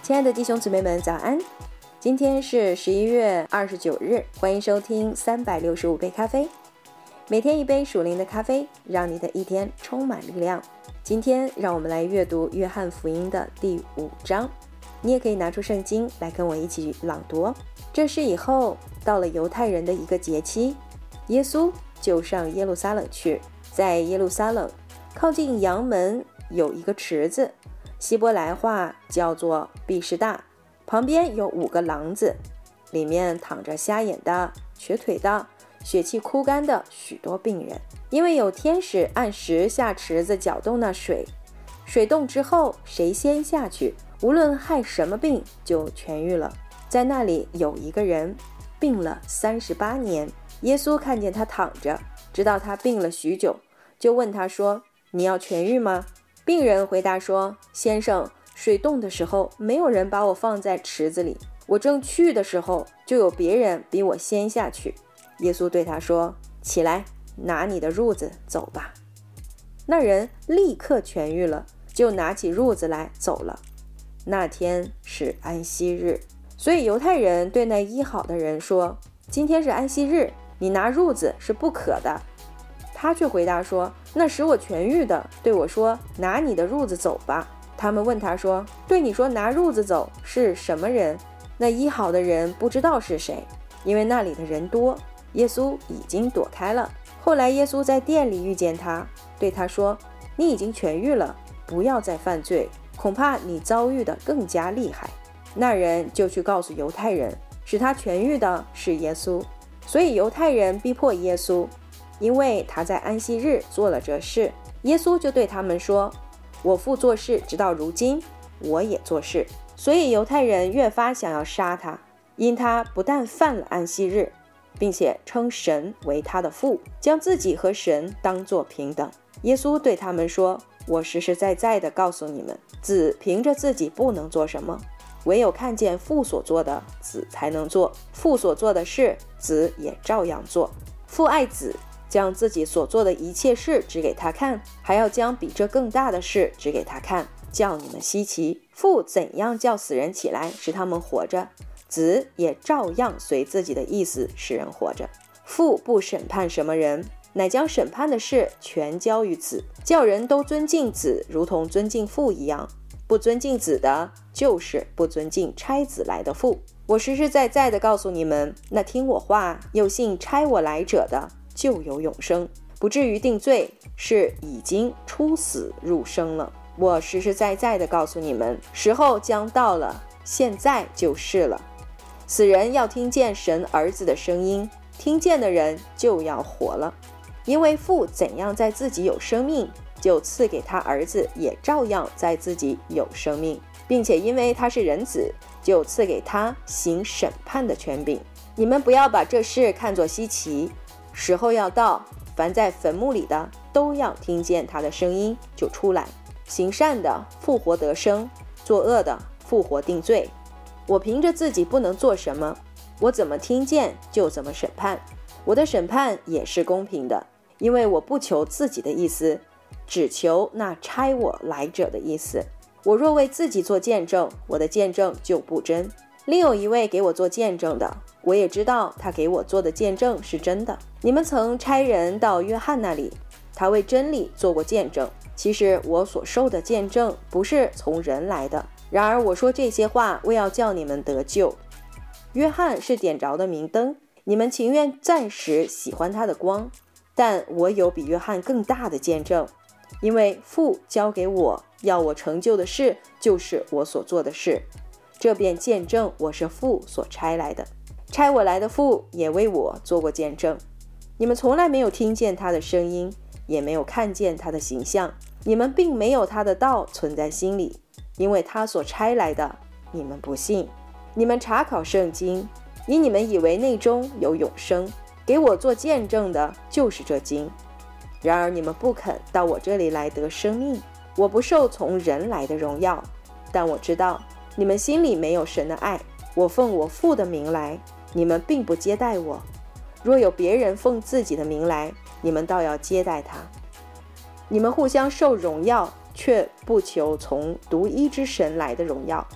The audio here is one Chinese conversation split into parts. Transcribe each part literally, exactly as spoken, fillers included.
亲爱的弟兄姊妹们，早安！今天是十一月二十九日，欢迎收听三百六十五杯咖啡，每天一杯属灵的咖啡，让你的一天充满力量。今天让我们来阅读约翰福音的第五章，你也可以拿出圣经来跟我一起朗读哦。这是以后到了犹太人的一个节期，耶稣就上耶路撒冷去，在耶路撒冷靠近阳门有一个池子，希伯来话叫做毕士大，旁边有五个廊子，里面躺着瞎眼的、瘸腿的、血气枯干的许多病人。因为有天使按时下池子搅动那水，水动之后，谁先下去，无论害什么病就痊愈了。在那里有一个人病了三十八年，耶稣看见他躺着，知道他病了许久，就问他说：你要痊愈吗？病人回答说：先生，水动的时候，没有人把我放在池子里，我正去的时候，就有别人比我先下去。耶稣对他说：起来，拿你的褥子走吧。那人立刻痊愈了，就拿起褥子来走了。那天是安息日，所以犹太人对那医好的人说：今天是安息日，你拿褥子是不可的。他却回答说：那使我痊愈的对我说，拿你的褥子走吧。他们问他说：对你说拿褥子走是什么人？那医好的人不知道是谁，因为那里的人多，耶稣已经躲开了。后来耶稣在店里遇见他，对他说：你已经痊愈了，不要再犯罪，恐怕你遭遇的更加厉害。那人就去告诉犹太人，使他痊愈的是耶稣。所以犹太人逼迫耶稣，因为他在安息日做了这事。耶稣就对他们说：我父做事直到如今，我也做事。所以犹太人越发想要杀他，因他不但犯了安息日，并且称神为他的父，将自己和神当作平等。耶稣对他们说：我实实在在地告诉你们，子凭着自己不能做什么，唯有看见父所做的，子才能做。父所做的事，子也照样做。父爱子，将自己所做的一切事指给他看，还要将比这更大的事指给他看，叫你们稀奇。父怎样叫死人起来，使他们活着，子也照样随自己的意思使人活着。父不审判什么人，乃将审判的事全交于子，叫人都尊敬子，如同尊敬父一样。不尊敬子的，就是不尊敬差子来的父。我实实在在地告诉你们，那听我话又信差我来者的，就有永生，不至于定罪，是已经出死入生了。我实实在在地告诉你们，时候将到了，现在就是了。死人要听见神儿子的声音，听见的人就要活了。因为父怎样在自己有生命，就赐给他儿子也照样在自己有生命，并且因为他是人子，就赐给他行审判的权柄。你们不要把这事看作稀奇，时候要到，凡在坟墓里的都要听见他的声音，就出来。行善的复活得生，作恶的复活定罪。我凭着自己不能做什么，我怎么听见就怎么审判。我的审判也是公平的，因为我不求自己的意思，只求那差我来者的意思。我若为自己做见证，我的见证就不真。另有一位给我做见证的，我也知道他给我做的见证是真的。你们曾差人到约翰那里，他为真理做过见证。其实我所受的见证不是从人来的，然而我说这些话，为要叫你们得救。约翰是点着的明灯，你们情愿暂时喜欢他的光，但我有比约翰更大的见证，因为父交给我要我成就的事，就是我所做的事，这便见证我是父所差来的。差我来的父也为我做过见证。你们从来没有听见他的声音，也没有看见他的形象，你们并没有他的道存在心里，因为他所差来的，你们不信。你们查考圣经，因你们以为内中有永生，给我做见证的就是这经。然而你们不肯到我这里来得生命。我不受从人来的荣耀，但我知道你们心里没有神的爱。我奉我父的名来，你们并不接待我。若有别人奉自己的名来，你们倒要接待他。你们互相受荣耀，却不求从独一之神来的荣耀，怎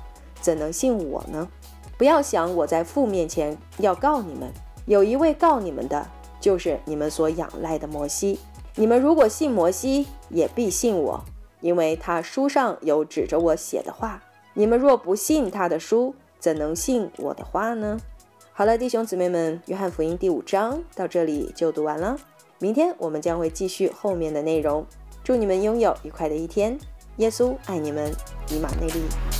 怎能信我呢？不要想我在父面前要告你们，有一位告你们的，就是你们所仰赖的摩西。你们如果信摩西，也必信我，因为他书上有指着我写的话。你们若不信他的书，怎能信我的话呢？好了，弟兄姊妹们，约翰福音第五章到这里就读完了。明天我们将会继续后面的内容。祝你们拥有愉快的一天。耶稣爱你们，以马内利。